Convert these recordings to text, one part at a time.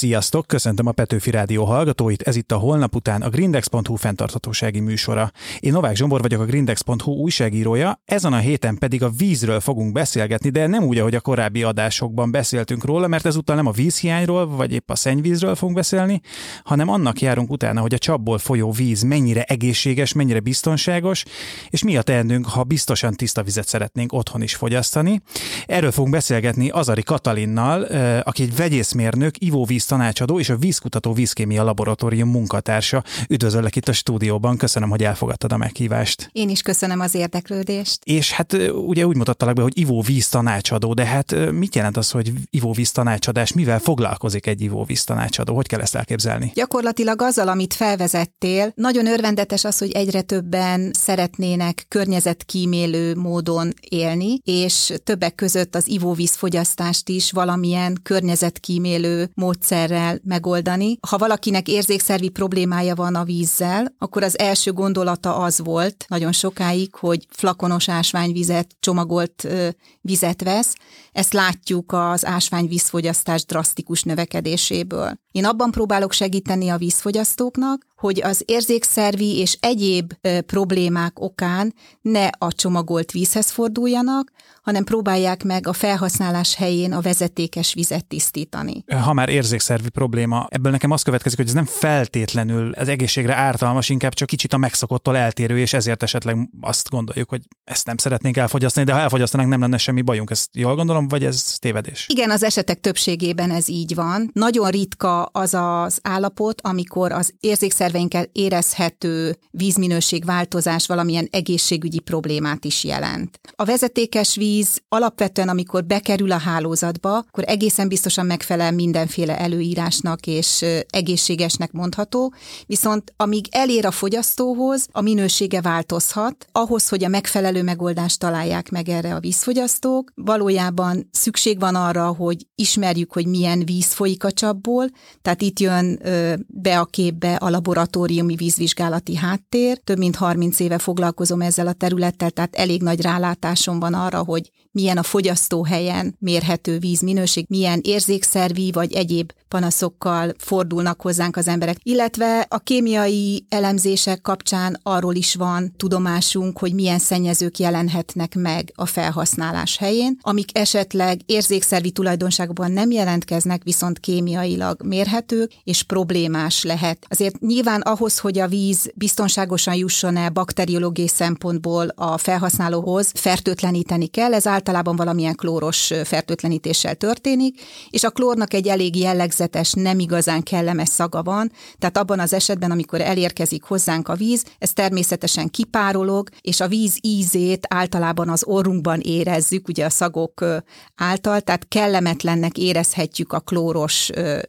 Sziasztok! Köszöntöm a Petőfi Rádió hallgatóit, ez itt a Holnap után a Grindex.hu fenntarthatósági műsora. Én Novák Zsombor vagyok, a Grindex.hu újságírója, ezen a héten pedig a vízről fogunk beszélgetni, de nem úgy, ahogy a korábbi adásokban beszéltünk róla, mert ezúttal nem a vízhiányról, vagy épp a szennyvízről fogunk beszélni, hanem annak járunk utána, hogy a csapból folyó víz mennyire egészséges, mennyire biztonságos, és mi a teendőnk, ha biztosan tiszta vizet szeretnénk otthon is fogyasztani. Erről fogunk beszélgetni Azari Katalinnal, aki egy vegyészmérnök, ivóvíz tanácsadó és a Vízkutató Vízkémia Laboratórium munkatársa. Üdvözöllek itt a stúdióban, köszönöm, hogy elfogadtad a meghívást. Én is köszönöm az érdeklődést. És hát ugye úgy mutattalak be, hogy ivóvíz tanácsadó, de hát mit jelent az, hogy ivóvíz tanácsadás? Mivel foglalkozik egy ivóvíz tanácsadó? Hogy kell ezt elképzelni? Gyakorlatilag azzal, amit felvezettél, nagyon örvendetes az, hogy egyre többen szeretnének környezetkímélő módon élni, és többek között az ivóvízfogyasztást is valamilyen környezetkímélő módszerrel megoldani. Ha valakinek érzékszervi problémája van a vízzel, akkor az első gondolata az volt nagyon sokáig, hogy flakonos ásványvizet, csomagolt vizet vesz. Ezt látjuk az ásványvízfogyasztás drasztikus növekedéséből. Én abban próbálok segíteni a vízfogyasztóknak, hogy az érzékszervi és egyéb problémák okán ne a csomagolt vízhez forduljanak, hanem próbálják meg a felhasználás helyén a vezetékes vizet tisztítani. Ha már érzékszervi probléma, ebből nekem az következik, hogy ez nem feltétlenül az egészségre ártalmas, inkább csak kicsit a megszokottól eltérő, és ezért esetleg azt gondoljuk, hogy ezt nem szeretnénk elfogyasztani, de ha elfogyasztanánk, nem lenne semmi bajunk. Ezt jól gondolom, vagy ez tévedés? Igen, az esetek többségében ez így van. Nagyon ritka az az állapot, amikor az érzékszerveinkkel érezhető vízminőségváltozás valamilyen egészségügyi problémát is jelent. A vezetékes víz alapvetően, amikor bekerül a hálózatba, akkor egészen biztosan megfelel mindenféle előírásnak és egészségesnek mondható, viszont amíg elér a fogyasztóhoz, a minősége változhat. Ahhoz, hogy a megfelelő megoldást találják meg erre a vízfogyasztók, valójában szükség van arra, hogy ismerjük, hogy milyen víz folyik a csapból, tehát itt jön be a képbe a laboratóriumi vízvizsgálati háttér. Több mint 30 éve foglalkozom ezzel a területtel, tehát elég nagy rálátásom van arra, hogy milyen a fogyasztóhelyen mérhető vízminőség, milyen érzékszervi vagy egyéb panaszokkal fordulnak hozzánk az emberek. Illetve a kémiai elemzések kapcsán arról is van tudomásunk, hogy milyen szennyezők jelenhetnek meg a felhasználás helyén, amik esetleg érzékszervi tulajdonságban nem jelentkeznek, viszont kémiailag mérhetők, és problémás lehet. Azért nyilván ahhoz, hogy a víz biztonságosan jusson el bakteriológiai szempontból a felhasználóhoz, fertőtleníteni kell, ez általában valamilyen klóros fertőtlenítéssel történik, és a klórnak egy elég jellegzetes, nem igazán kellemes szaga van, tehát abban az esetben, amikor elérkezik hozzánk a víz, ez természetesen kipárolog, és a víz ízét általában az orrunkban érezzük, ugye a szagok által, tehát kellemetlennek érezhetjük a klóros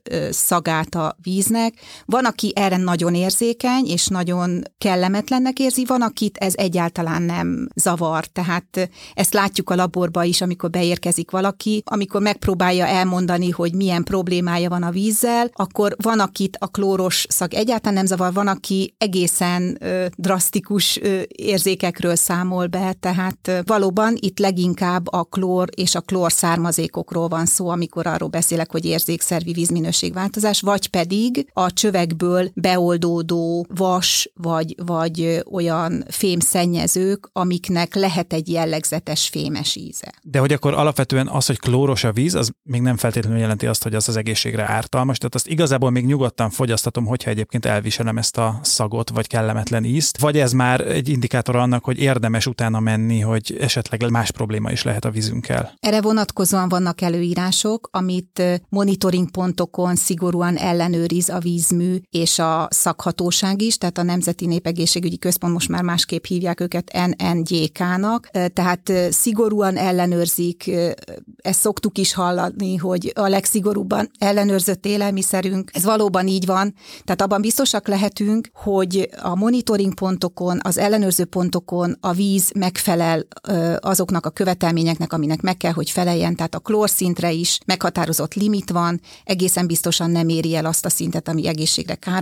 szagát a víznek. Van, aki erre nagyon érzékeny, és nagyon kellemetlennek érzi, van, akit ez egyáltalán nem zavar, tehát ezt látjuk a laborba is, amikor beérkezik valaki, amikor megpróbálja elmondani, hogy milyen problémája van a vízzel, akkor van, akit a klóros szag egyáltalán nem zavar, van, aki egészen drasztikus érzékekről számol be, tehát valóban itt leginkább a klór és a klór származékokról van szó, amikor arról beszélek, hogy érzékszervi vízminőségváltozás, vagy pedig a csövekből beoldódó vas, vagy olyan fémszennyezők, amiknek lehet egy jellegzetes fémes íze. De hogy akkor alapvetően az, hogy klóros a víz, az még nem feltétlenül jelenti azt, hogy az egészségre ártalmas, tehát azt igazából még nyugodtan fogyasztatom, hogyha egyébként elviselem ezt a szagot, vagy kellemetlen ízt, vagy ez már egy indikátor annak, hogy érdemes utána menni, hogy esetleg más probléma is lehet a vízünkkel. Erre vonatkozóan vannak előírások, amit monitoringpontokon szigorúan ellenőriz a vízmű és a szakhatóság is, tehát a Nemzeti Népegészségügyi Központ, most már másképp hívják őket NNGK-nak, tehát szigorúan ellenőrzik, ezt szoktuk is hallani, hogy a legszigorúbban ellenőrzött élelmiszerünk, ez valóban így van, tehát abban biztosak lehetünk, hogy a monitoring pontokon, az ellenőrző pontokon a víz megfelel azoknak a követelményeknek, aminek meg kell, hogy feleljen, tehát a klórszintre is meghatározott limit van, egészen biztosan nem éri el azt a szintet, ami egészségre káros lenne,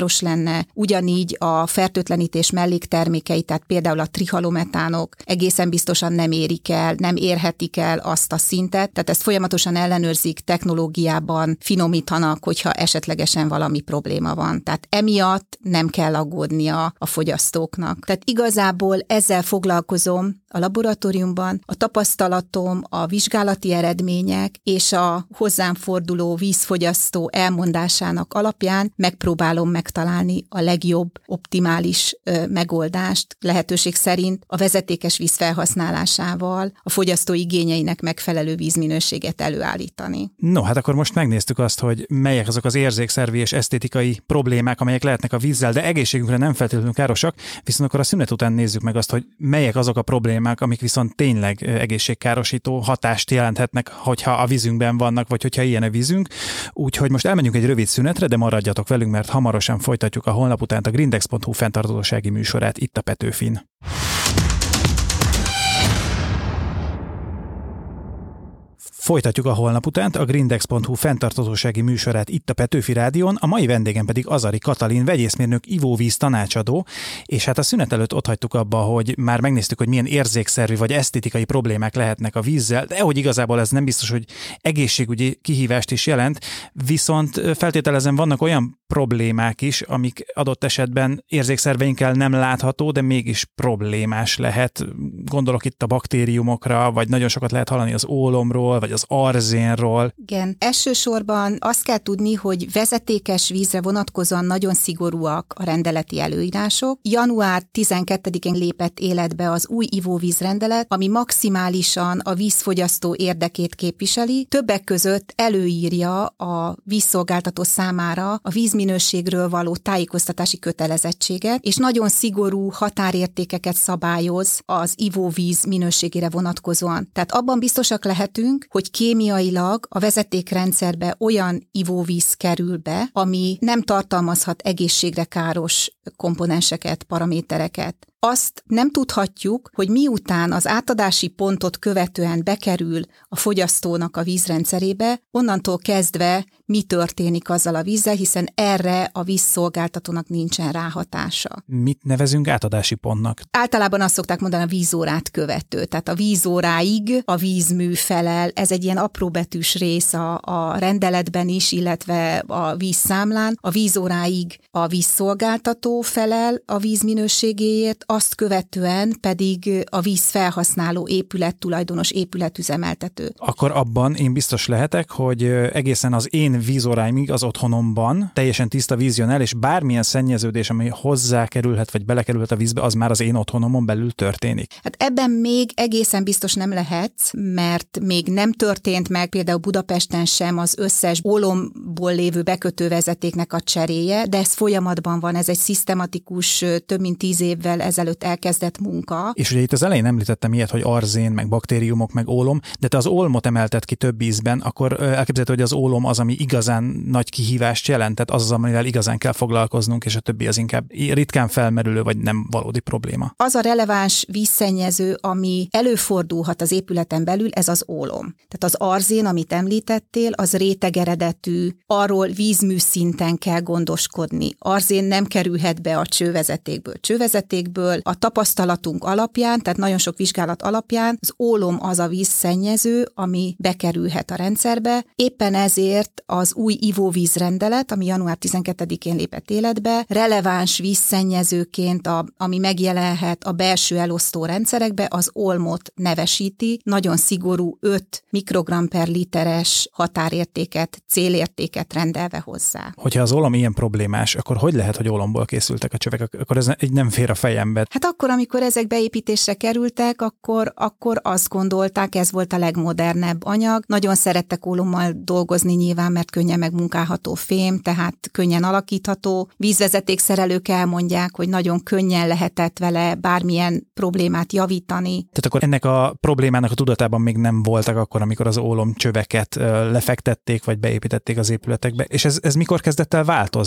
csökkenne. Ugyanígy a fertőtlenítés melléktermékei, tehát például a trihalometánok egészen biztosan nem érik el, nem érhetik el azt a szintet, tehát ezt folyamatosan ellenőrzik, technológiában finomítanak, hogyha esetlegesen valami probléma van. Tehát emiatt nem kell aggódnia a fogyasztóknak. Tehát igazából ezzel foglalkozom a laboratóriumban, a tapasztalatom, a vizsgálati eredmények és a hozzám forduló vízfogyasztó elmondásának alapján megpróbálom megtalálni a legjobb, optimális megoldást lehetőség szerint a vezetékes víz felhasználásával a fogyasztó igényeinek megfelelő vízminőséget előállítani. No, hát akkor most megnéztük azt, hogy melyek azok az érzékszervi és esztétikai problémák, amelyek lehetnek a vízzel, de egészségünkre nem feltétlenül károsak, viszont akkor a szünet után nézzük meg azt, hogy melyek azok a problémák, amik viszont tényleg egészségkárosító hatást jelenthetnek, hogyha a vízünkben vannak, vagy hogyha ilyen a vízünk. Úgyhogy most elmegyünk egy rövid szünetre, de maradjatok velünk, mert hamarosan folytatjuk a holnap után a grindex.hu fenntarthatósági műsorát itt a Petőfin. Folytatjuk a holnap utánt a grindex.hu fenntarthatósági műsorát itt a Petőfi Rádión, a mai vendégem pedig Azari Katalin, vegyészmérnök, ivóvíz tanácsadó, és hát a szünet előtt ott hagytuk abba, hogy már megnéztük, hogy milyen érzékszervi vagy esztétikai problémák lehetnek a vízzel, de hogy igazából ez nem biztos, hogy egészségügyi kihívást is jelent, viszont feltételezem vannak olyan problémák is, amik adott esetben érzékszerveinkkel nem látható, de mégis problémás lehet. Gondolok itt a baktériumokra, vagy nagyon sokat lehet hallani az ólomról, vagy az arzénról. Igen, elsősorban azt kell tudni, hogy vezetékes vízre vonatkozóan nagyon szigorúak a rendeleti előírások. Január 12-én lépett életbe az új ivóvízrendelet, ami maximálisan a vízfogyasztó érdekét képviseli. Többek között előírja a vízszolgáltató számára a vízminőségről való tájékoztatási kötelezettséget, és nagyon szigorú határértékeket szabályoz az ivóvíz minőségére vonatkozóan. Tehát abban biztosak lehetünk, hogy kémiailag a vezetékrendszerbe olyan ivóvíz kerül be, ami nem tartalmazhat egészségre káros komponenseket, paramétereket. Azt nem tudhatjuk, hogy miután az átadási pontot követően bekerül a fogyasztónak a vízrendszerébe, onnantól kezdve mi történik azzal a vízzel, hiszen erre a vízszolgáltatónak nincsen ráhatása. Mit nevezünk átadási pontnak? Általában azt szokták mondani, a vízórát követő. Tehát a vízóráig a vízmű felel, ez egy ilyen apróbetűs rész a rendeletben is, illetve a vízszámlán. A vízóráig a vízszolgáltató felel a vízminőségéért, azt követően pedig a vízfelhasználó épület, tulajdonos épületüzemeltető. Akkor abban én biztos lehetek, hogy egészen az én vízóráimig az otthonomban teljesen tiszta víz jön el, és bármilyen szennyeződés, ami hozzákerülhet, vagy belekerülhet a vízbe, az már az én otthonomon belül történik. Hát ebben még egészen biztos nem lehetsz, mert még nem történt meg például Budapesten sem az összes ólomból lévő bekötővezetéknek a cseréje, de ez folyamatban van, ez egy szisztematikus, több mint 10 évvel ezelőtt elkezdett munka. És ugye itt az elején említettem ilyet, hogy arzén, meg baktériumok, meg ólom, de te az ólmot emelted ki több ízben, akkor elképzelhető, hogy az ólom az, ami igazán nagy kihívást jelent, tehát az, amivel igazán kell foglalkoznunk, és a többi az inkább ritkán felmerülő, vagy nem valódi probléma. Az a releváns vízszennyező, ami előfordulhat az épületen belül, ez az ólom. Tehát az arzén, amit említettél, az réteg eredetű, arról vízmű szinten kell gondoskodni. Arzén nem kerülhet be a csővezetékből. Csővezetékből a tapasztalatunk alapján, tehát nagyon sok vizsgálat alapján az ólom az a vízszennyező, ami bekerülhet a rendszerbe. Éppen ezért az új ivóvízrendelet, ami január 12-én lépett életbe, releváns vízszennyezőként, ami megjelenhet a belső elosztó rendszerekbe, az ólmot nevesíti, nagyon szigorú 5 mikrogram per literes határértéket, célértéket rendelve hozzá. Hogyha az ólom ilyen problémás, akkor hogy lehet, hogy ólomból készültek a csövek? Akkor ez egy nem fér a fejembe. Hát akkor, amikor ezek beépítésre kerültek, akkor azt gondolták, ez volt a legmodernebb anyag. Nagyon szerettek ólommal dolgozni nyilván, mert könnyen megmunkálható fém, tehát könnyen alakítható. Vízvezetékszerelők elmondják, hogy nagyon könnyen lehetett vele bármilyen problémát javítani. Tehát akkor ennek a problémának a tudatában még nem voltak akkor, amikor az ólomcsöveket lefektették, vagy beépítették az épületekbe. És ez mikor kezdett el változni?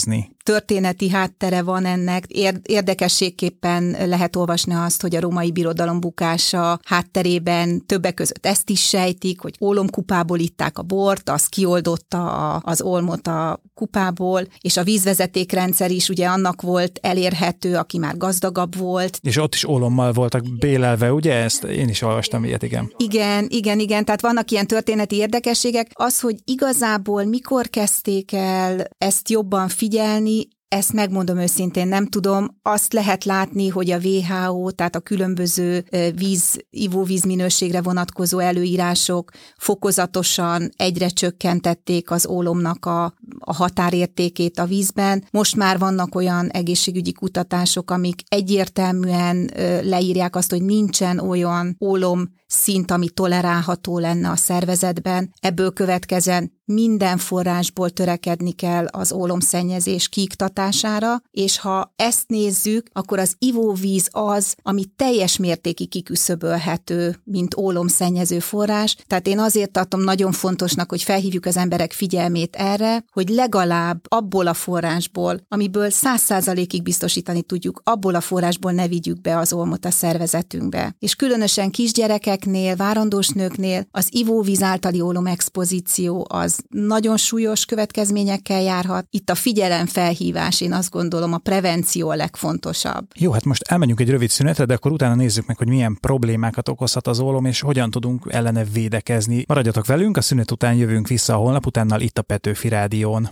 történeti háttere van ennek. Érdekességképpen lehet olvasni azt, hogy a római birodalom bukása hátterében többek között ezt is sejtik, hogy ólomkupából itták a bort, az kioldotta az olmot a kupából, és a vízvezetékrendszer is ugye annak volt elérhető, aki már gazdagabb volt. És ott is ólommal voltak bélelve, ugye? Ezt én is olvastam ilyet, igen. Igen. Tehát vannak ilyen történeti érdekességek. Az, hogy igazából mikor kezdték el ezt jobban figyelni, ezt megmondom őszintén, nem tudom. Azt lehet látni, hogy a WHO, tehát a különböző ivóvízminőségre vonatkozó előírások fokozatosan egyre csökkentették az ólomnak a határértékét a vízben. Most már vannak olyan egészségügyi kutatások, amik egyértelműen leírják azt, hogy nincsen olyan ólom szint, ami tolerálható lenne a szervezetben. Ebből következően minden forrásból törekedni kell az ólomszennyezés kiiktatására, és ha ezt nézzük, akkor az ivóvíz az, ami teljes mértékig kiküszöbölhető, mint ólomszennyező forrás. Tehát én azért tartom nagyon fontosnak, hogy felhívjuk az emberek figyelmét erre, hogy legalább abból a forrásból, amiből 100%-ig biztosítani tudjuk, abból a forrásból ne vigyük be az ólmot a szervezetünkbe. És különösen kisgyerekeknél, várandós nőknél az ivóvíz általi ólomexpozíció az nagyon súlyos következményekkel járhat. Itt a figyelemfelhívás, én azt gondolom, a prevenció a legfontosabb. Jó, hát most elmenjünk egy rövid szünetre, de akkor utána nézzük meg, hogy milyen problémákat okozhat az ólom, és hogyan tudunk ellene védekezni. Maradjatok velünk, a szünet után jövünk vissza a Holnap utánnal itt a Petőfi Rádión.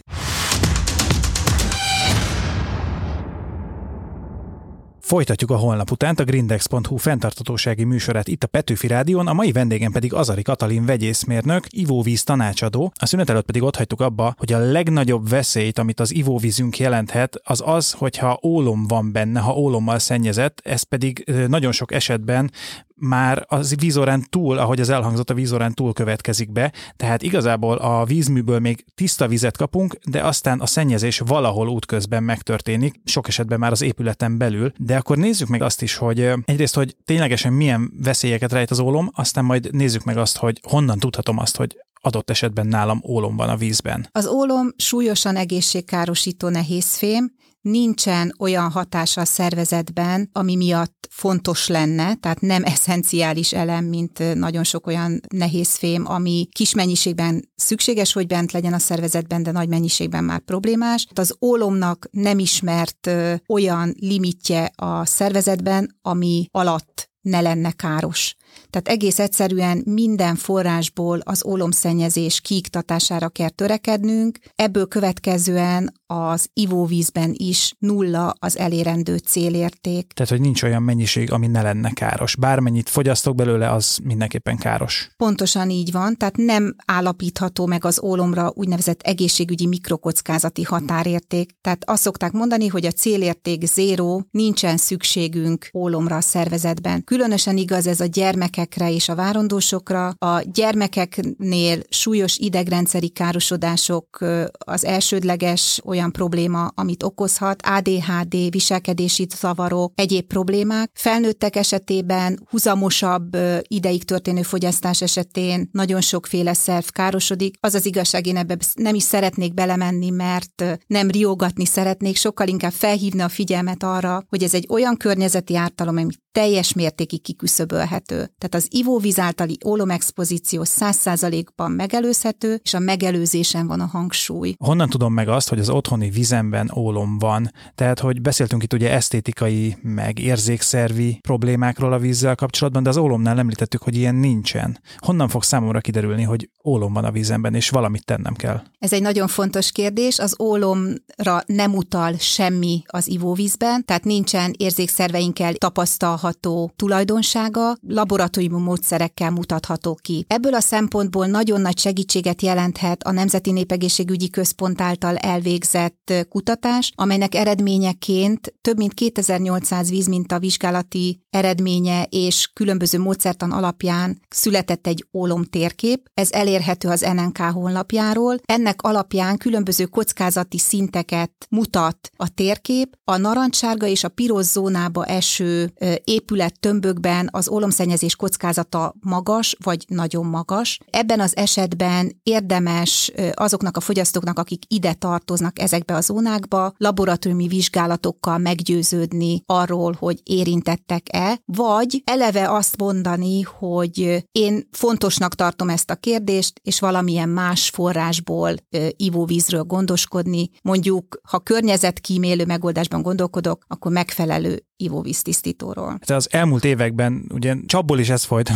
Folytatjuk a Holnap utánt, a grindex.hu fenntarthatósági műsorát itt a Petőfi Rádión, a mai vendégem pedig Azari Katalin vegyészmérnök, ivóvíz tanácsadó. A szünet előtt pedig otthagytuk abba, hogy a legnagyobb veszélyt, amit az ivóvízünk jelenthet, az, hogyha ólom van benne, ha ólommal szennyezett, ez pedig nagyon sok esetben már az vízórán túl, ahogy az elhangzott, a vízórán túl következik be, tehát igazából a vízműből még tiszta vizet kapunk, de aztán a szennyezés valahol útközben megtörténik, sok esetben már az épületen belül, de akkor nézzük meg azt is, hogy egyrészt, hogy ténylegesen milyen veszélyeket rejt az ólom, aztán majd nézzük meg azt, hogy honnan tudhatom azt, hogy adott esetben nálam ólom van a vízben. Az ólom súlyosan egészségkárosító nehézfém, nincsen olyan hatása a szervezetben, ami miatt fontos lenne, tehát nem eszenciális elem, mint nagyon sok olyan nehézfém, ami kis mennyiségben szükséges, hogy bent legyen a szervezetben, de nagy mennyiségben már problémás. Az ólomnak nem ismert olyan limitje a szervezetben, ami alatt ne lenne káros. Tehát egész egyszerűen minden forrásból az ólomszennyezés kiiktatására kell törekednünk, ebből következően az ivóvízben is nulla az elérendő célérték. Tehát, hogy nincs olyan mennyiség, ami ne lenne káros. Bármennyit fogyasztok belőle, az mindenképpen káros. Pontosan így van, tehát nem állapítható meg az ólomra úgynevezett egészségügyi mikrokockázati határérték. Tehát azt szokták mondani, hogy a célérték 0, nincsen szükségünk ólomra a szervezetben. Különösen igaz ez a gyermekekre és a várandósokra. A gyermekeknél súlyos idegrendszeri károsodások az elsődleges olyan probléma, amit okozhat, ADHD, viselkedési zavarok, egyéb problémák. Felnőttek esetében huzamosabb ideig történő fogyasztás esetén nagyon sokféle szerv károsodik. Az az igazság, én ebbe nem is szeretnék belemenni, mert nem riogatni szeretnék, sokkal inkább felhívni a figyelmet arra, hogy ez egy olyan környezeti ártalom, ami teljes mértékig kiküszöbölhető. Tehát az ivóvíz általi ólomexpozíció 100%-ban megelőzhető, és a megelőzésen van a hangsúly. Honnan tudom meg azt, hogy az otthoni vizemben ólom van? Tehát, hogy beszéltünk itt ugye esztétikai, meg érzékszervi problémákról a vízzel kapcsolatban, de az ólomnál említettük, hogy ilyen nincsen. Honnan fog számomra kiderülni, hogy ólom van a vízemben, és valamit tennem kell? Ez egy nagyon fontos kérdés. Az ólomra nem utal semmi az ivóvízben, tehát nincsen érzékszerveinkkel tapasztalható tulajdonsága, laboratóriumi módszerekkel mutatható ki. Ebből a szempontból nagyon nagy segítséget jelenthet a Nemzeti Népegészségügyi Központ által elvégzett kutatás, amelynek eredményeként több mint 2800 vízminta vizsgálati eredménye és különböző módszertan alapján született egy ólomtérkép. Ez elérhető az NNK honlapjáról. Ennek alapján különböző kockázati szinteket mutat a térkép. A narancssárga és a piros zónába eső épülettömbök tömbökben az ólomszennyezés kockázata magas, vagy nagyon magas. Ebben az esetben érdemes azoknak a fogyasztóknak, akik ide tartoznak ezekbe a zónákba, laboratóriumi vizsgálatokkal meggyőződni arról, hogy érintettek-e, vagy eleve azt mondani, hogy én fontosnak tartom ezt a kérdést, és valamilyen más forrásból ivóvízről gondoskodni. Mondjuk, ha környezetkímélő megoldásban gondolkodok, akkor megfelelő ivóvíztisztítóról. Az elmúlt években ugye csapból is ez folyt,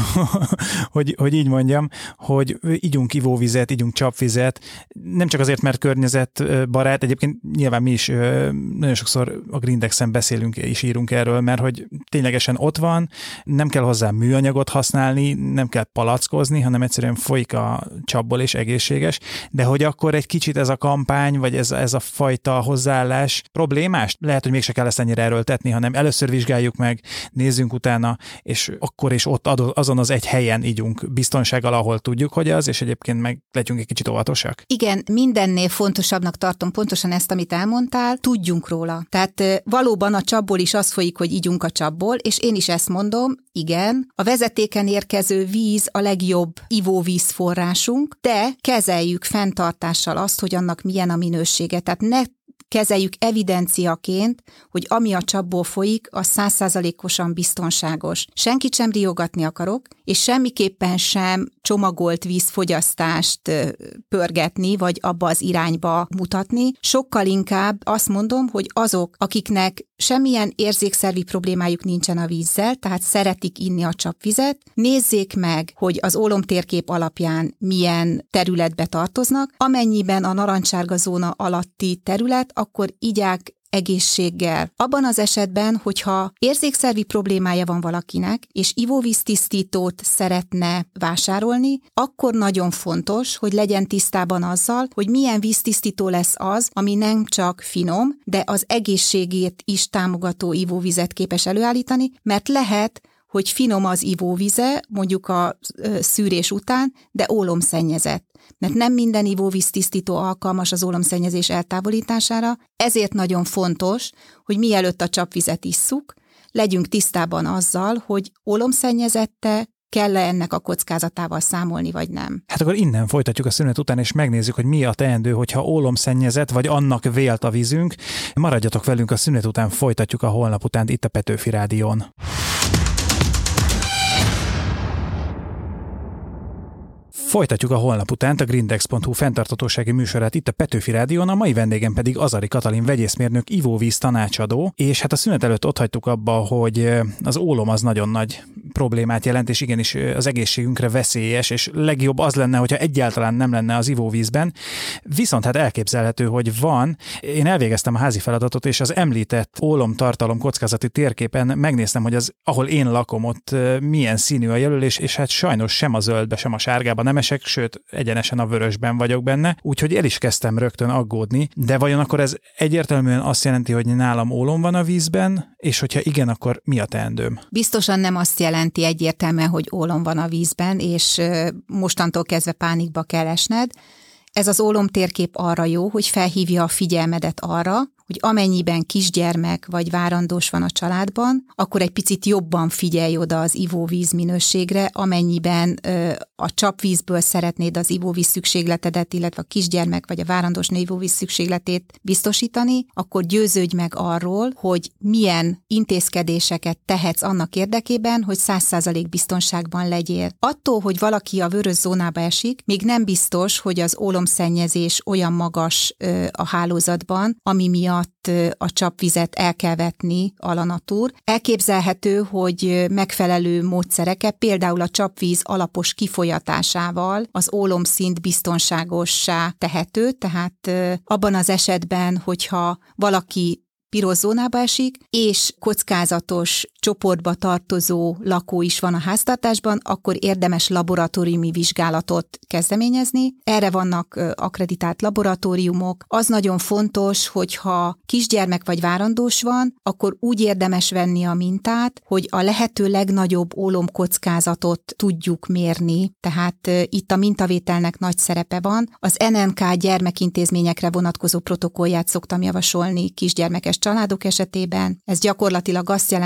hogy így mondjam, hogy ígyunk ivóvizet, ígyunk csapvizet, nem csak azért, mert környezetbarát, egyébként nyilván mi is nagyon sokszor a Grindexen beszélünk és írunk erről, mert hogy ténylegesen ott van, nem kell hozzá műanyagot használni, nem kell palackozni, hanem egyszerűen folyik a csapból és egészséges, de hogy akkor egy kicsit ez a kampány, vagy ez a fajta hozzáállás problémás? Lehet, hogy mégse kell ezt ennyire erőltetni, hanem először vizsgáljuk meg, nézzünk utána, és akkor is ott azon az egy helyen ígyunk biztonsággal, ahol tudjuk, hogy az, és egyébként meg legyünk egy kicsit óvatosak. Igen, mindennél fontosabbnak tartom pontosan ezt, amit elmondtál, tudjunk róla. Tehát valóban a csapból is az folyik, hogy ígyunk a csapból, és én is ezt mondom, igen, a vezetéken érkező víz a legjobb ivóvízforrásunk, de kezeljük fenntartással azt, hogy annak milyen a minősége. Tehát ne kezeljük evidenciaként, hogy ami a csapból folyik, az 100%-osan biztonságos. Senkit sem riogatni akarok, és semmiképpen sem csomagolt vízfogyasztást pörgetni, vagy abba az irányba mutatni. Sokkal inkább azt mondom, hogy azok, akiknek semmilyen érzékszervi problémájuk nincsen a vízzel, tehát szeretik inni a csapvizet, nézzék meg, hogy az ólomtérkép alapján milyen területbe tartoznak. Amennyiben a narancsárga zóna alatti terület, akkor igyák egészséggel. Abban az esetben, hogyha érzékszervi problémája van valakinek, és ivóvíztisztítót szeretne vásárolni, akkor nagyon fontos, hogy legyen tisztában azzal, hogy milyen víztisztító lesz az, ami nem csak finom, de az egészségét is támogató ivóvizet képes előállítani, mert lehet, hogy finom az ivóvize, mondjuk a szűrés után, de ólomszennyezett. Mert nem minden ivóvíztisztító alkalmas az ólomszennyezés eltávolítására, ezért nagyon fontos, hogy mielőtt a csapvizet isszuk, legyünk tisztában azzal, hogy ólomszennyezette, kell-e ennek a kockázatával számolni, vagy nem. Hát akkor innen folytatjuk a szünet után, és megnézzük, hogy mi a teendő, hogyha ólomszennyezett, vagy annak vélt a vízünk. Maradjatok velünk, a szünet után folytatjuk a Holnap után itt a Petőfi Rádión. Folytatjuk a Holnap utánt, a Grindex.hu fenntarthatósági műsorát itt a Petőfi Rádión, a mai vendégem pedig Azari Katalin vegyészmérnök, ivóvíz tanácsadó, és hát a szünet előtt ott hagytuk abba, hogy az ólom az nagyon nagy problémát jelent, és igenis az egészségünkre veszélyes, és legjobb az lenne, hogyha egyáltalán nem lenne az ivóvízben. Viszont hát elképzelhető, hogy van. Én elvégeztem a házi feladatot, és az említett ólomtartalom kockázati térképen megnéztem, hogy az, ahol én lakom, ott milyen színű a jelölés, és hát sajnos sem a zöldbe, sem a sárgába nem esek, sőt, egyenesen a vörösben vagyok benne, úgyhogy el is kezdtem rögtön aggódni, de vajon akkor ez egyértelműen azt jelenti, hogy nálam ólom van a vízben, és hogyha igen, akkor mi a teendőm? Biztosan nem azt jelenti egyértelműen, hogy ólom van a vízben, és mostantól kezdve pánikba kell esned. Ez az ólomtérkép arra jó, hogy felhívja a figyelmedet arra, hogy amennyiben kisgyermek vagy várandós van a családban, akkor egy picit jobban figyelj oda az ivóvíz minőségre, amennyiben a csapvízből szeretnéd az ivóvíz szükségletedet, illetve a kisgyermek vagy a várandós ivóvíz szükségletét biztosítani, akkor győződj meg arról, hogy milyen intézkedéseket tehetsz annak érdekében, hogy 100% biztonságban legyél. Attól, hogy valaki a vörös zónába esik, még nem biztos, hogy az ólomszennyezés olyan magas a hálózatban, ami miatt a csapvizet el kell vetni alanatúr. Elképzelhető, hogy megfelelő módszerekkel, például a csapvíz alapos kifolyatásával az ólomszint biztonságossá tehető, tehát abban az esetben, hogyha valaki piros zónába esik, és kockázatos csoportba tartozó lakó is van a háztartásban, akkor érdemes laboratóriumi vizsgálatot kezdeményezni. Erre vannak akkreditált laboratóriumok. Az nagyon fontos, hogyha kisgyermek vagy várandós van, akkor úgy érdemes venni a mintát, hogy a lehető legnagyobb ólomkockázatot tudjuk mérni. Tehát itt a mintavételnek nagy szerepe van. Az NNK gyermekintézményekre vonatkozó protokollját szoktam javasolni kisgyermekes családok esetében. Ez gyakorlatilag azt jelenti, hogy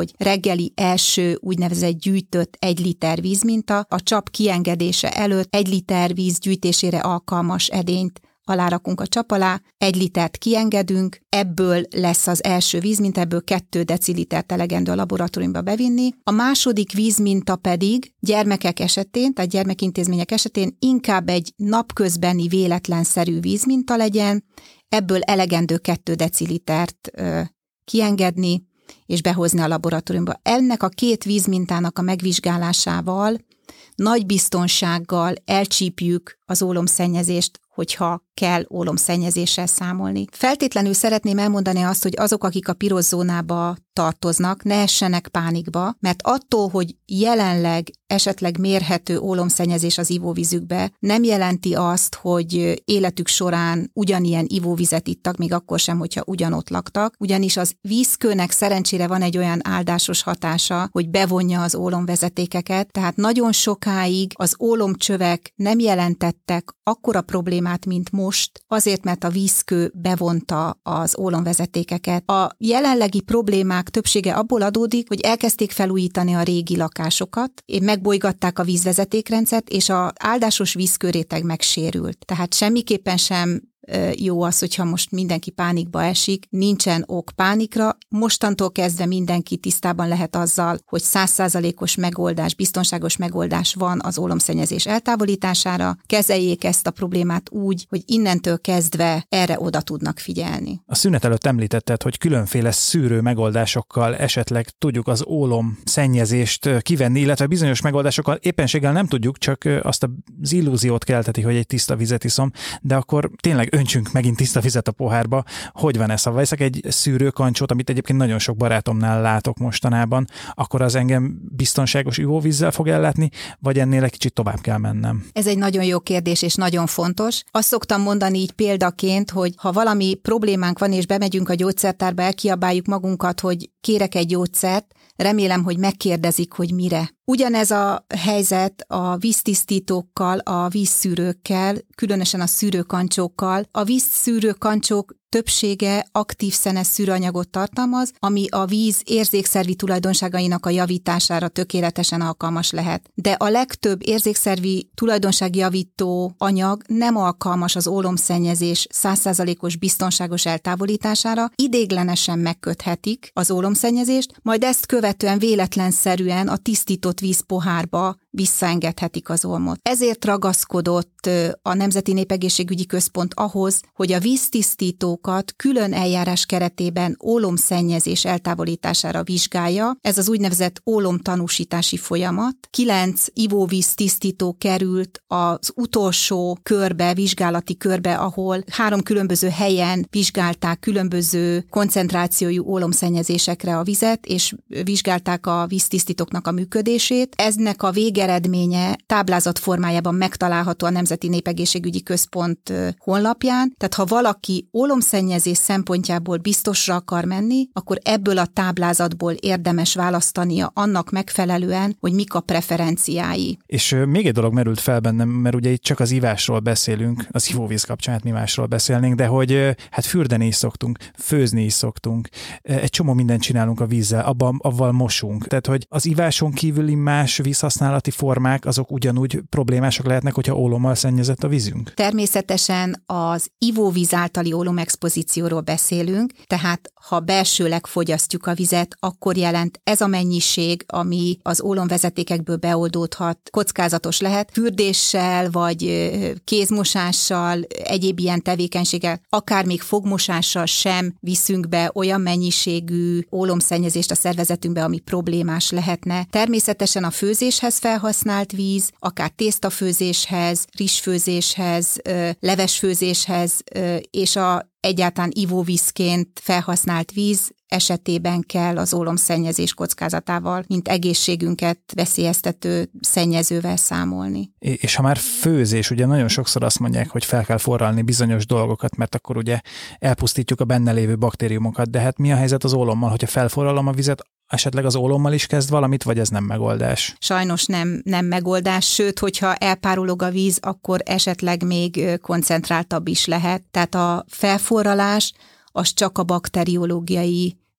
hogy reggeli első úgynevezett gyűjtött 1 liter vízminta, a csap kiengedése előtt 1 liter víz gyűjtésére alkalmas edényt alárakunk a csap alá, 1 litert kiengedünk, ebből lesz az első vízminta, ebből 2 decilitert elegendő a laboratóriumba bevinni. A második vízminta pedig gyermekek esetén, tehát gyermekintézmények esetén inkább egy napközbeni véletlenszerű vízminta legyen, ebből elegendő 2 decilitert kiengedni és behozni a laboratóriumba. Ennek a 2 vízmintának a megvizsgálásával nagy biztonsággal elcsípjük az ólomszennyezést, hogyha kell ólomszennyezéssel számolni. Feltétlenül szeretném elmondani azt, hogy azok, akik a piros zónába tartoznak, ne essenek pánikba, mert attól, hogy jelenleg esetleg mérhető ólomszennyezés az ivóvízükbe, nem jelenti azt, hogy életük során ugyanilyen ivóvizet ittak, még akkor sem, hogyha ugyanott laktak, ugyanis az vízkőnek szerencsére van egy olyan áldásos hatása, hogy bevonja az ólomvezetékeket, tehát nagyon sokáig az ólomcsövek nem jelentettek akkora problémát, mint most, azért, mert a vízkő bevonta az ólomvezetékeket. A jelenlegi problémák többsége abból adódik, hogy elkezdték felújítani a régi lakásokat, megbolygatták a vízvezetékrendszert, és az áldásos vízkőréteg megsérült. Tehát semmiképpen sem jó az, hogyha most mindenki pánikba esik, nincsen ok pánikra, mostantól kezdve mindenki tisztában lehet azzal, hogy 100%-os megoldás, biztonságos megoldás van az ólomszennyezés eltávolítására, kezeljék ezt a problémát úgy, hogy innentől kezdve erre oda tudnak figyelni. A szünet előtt említetted, hogy különféle szűrő megoldásokkal esetleg tudjuk az ólomszennyezést kivenni, illetve bizonyos megoldásokkal éppenséggel nem tudjuk, csak azt az illúziót kelteti, hogy egy tiszta vizet iszom, de akkor tényleg öntsünk megint tiszta vizet a pohárba. Hogy van ez? Ha veszek egy szűrőkancsót, amit egyébként nagyon sok barátomnál látok mostanában, akkor az engem biztonságos ivóvízzel fog ellátni, vagy ennél egy kicsit tovább kell mennem? Ez egy nagyon jó kérdés, és nagyon fontos. Azt szoktam mondani így példaként, hogy ha valami problémánk van, és bemegyünk a gyógyszertárba, elkiabáljuk magunkat, hogy kérek egy gyógyszert, remélem, hogy megkérdezik, hogy mire. Ugyanez a helyzet a víztisztítókkal, a vízszűrőkkel, különösen a szűrőkancsókkal. A vízszűrőkancsók többsége aktív szenes szűrőanyagot tartalmaz, ami a víz érzékszervi tulajdonságainak a javítására tökéletesen alkalmas lehet. De a legtöbb érzékszervi tulajdonságjavító anyag nem alkalmas az ólomszennyezés 100%-os biztonságos eltávolítására, idéglenesen megköthetik az ólomszennyezést, majd ezt követően véletlenszerűen a tisztított vízpohárba visszaengedhetik az olmot. Ezért ragaszkodott a Nemzeti Népegészségügyi Központ ahhoz, hogy a víztisztítókat külön eljárás keretében ólomszennyezés eltávolítására vizsgálja. Ez az úgynevezett ólomtanúsítási folyamat. 9 ivóvíz tisztító került az utolsó körbe, vizsgálati körbe, ahol 3 különböző helyen vizsgálták különböző koncentrációjú ólomszennyezésekre a vizet, és vizsgálták a víztisztítóknak a működését. Eznek a végeredménye táblázat formájában megtalálható a Nemzeti Népegészségügyi Központ honlapján, tehát ha valaki ólomszennyezés szempontjából biztosra akar menni, akkor ebből a táblázatból érdemes választania annak megfelelően, hogy mik a preferenciái. És még egy dolog merült fel bennem, mert ugye itt csak az ivásról beszélünk, az ivóvíz kapcsán, hát mi másról beszélnénk, de hogy hát fürdeni is szoktunk, főzni is szoktunk, egy csomó mindent csinálunk a vízzel, avval mosunk. Tehát, hogy az iváson kívüli más vízhasználati formák, azok ugyanúgy problémásak lehetnek, hogyha ólommal szennyezett a vízünk? Természetesen az ivóvíz általi ólomexpozícióról beszélünk, tehát ha belsőleg fogyasztjuk a vizet, akkor jelent ez a mennyiség, ami az ólomvezetékekből beoldódhat, kockázatos lehet. Fürdéssel, vagy kézmosással, egyéb ilyen tevékenységgel, akár még fogmosással sem viszünk be olyan mennyiségű ólomszennyezést a szervezetünkbe, ami problémás lehetne. Természetesen a főzéshez felhasznált víz, akár tésztafőzéshez, rizsfőzéshez, levesfőzéshez, és egyáltalán ivóvízként felhasznált víz esetében kell az ólomszennyezés kockázatával, mint egészségünket veszélyeztető szennyezővel számolni. És ha már főzés, ugye nagyon sokszor azt mondják, hogy fel kell forralni bizonyos dolgokat, mert akkor ugye elpusztítjuk a benne lévő baktériumokat, de hát mi a helyzet az ólommal, hogyha felforralom a vizet, esetleg az ólommal is kezd valamit, vagy ez nem megoldás? Sajnos nem megoldás, sőt, hogyha elpárolog a víz, akkor esetleg még koncentráltabb is lehet. Tehát a felforralás az csak a bakteriológiai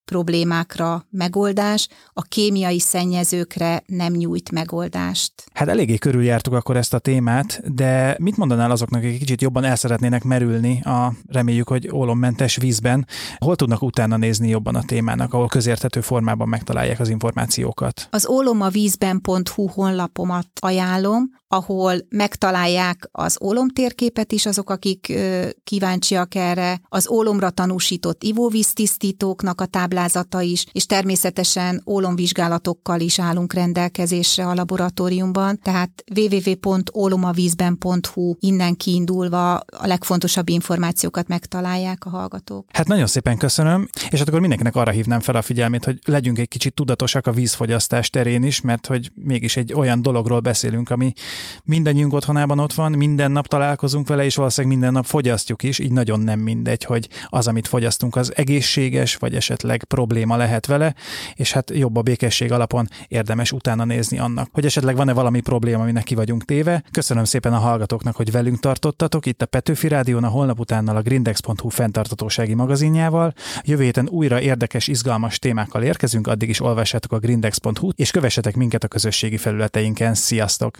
problémákra megoldás, a kémiai szennyezőkre nem nyújt megoldást. Hát eléggé körüljártuk akkor ezt a témát, de mit mondanál azoknak, akik kicsit jobban el szeretnének merülni a reméljük, hogy ólommentes vízben? Hol tudnak utána nézni jobban a témának, ahol közérthető formában megtalálják az információkat? Az ólomavízben.hu honlapomat ajánlom, ahol megtalálják az ólomtérképet is azok, akik kíváncsiak erre, az ólomra tanúsított ivóvíztisztítóknak a táblázata is, és természetesen ólomvizsgálatokkal is állunk rendelkezésre a laboratóriumban, tehát www.ólomavízben.hu, innen kiindulva a legfontosabb információkat megtalálják a hallgatók. Hát nagyon szépen köszönöm, és hát akkor mindenkinek arra hívnám fel a figyelmét, hogy legyünk egy kicsit tudatosak a vízfogyasztás terén is, mert hogy mégis egy olyan dologról beszélünk, ami mindannyiunk otthonában ott van, minden nap találkozunk vele, és valószínűleg minden nap fogyasztjuk is, így nagyon nem mindegy, hogy az, amit fogyasztunk, az egészséges, vagy esetleg probléma lehet vele, és hát jobb a békesség alapon érdemes utána nézni annak, hogy esetleg van-e valami probléma, aminek ki vagyunk téve. Köszönöm szépen a hallgatóknak, hogy velünk tartottatok itt a Petőfi Rádión, a holnap utánnal a Grindex.hu fenntarthatósági magazinjával. Jövő héten újra érdekes, izgalmas témákkal érkezünk, addig is olvassátok a Grindex.hu, és kövessetek minket a közösségi felületeinken. Sziasztok!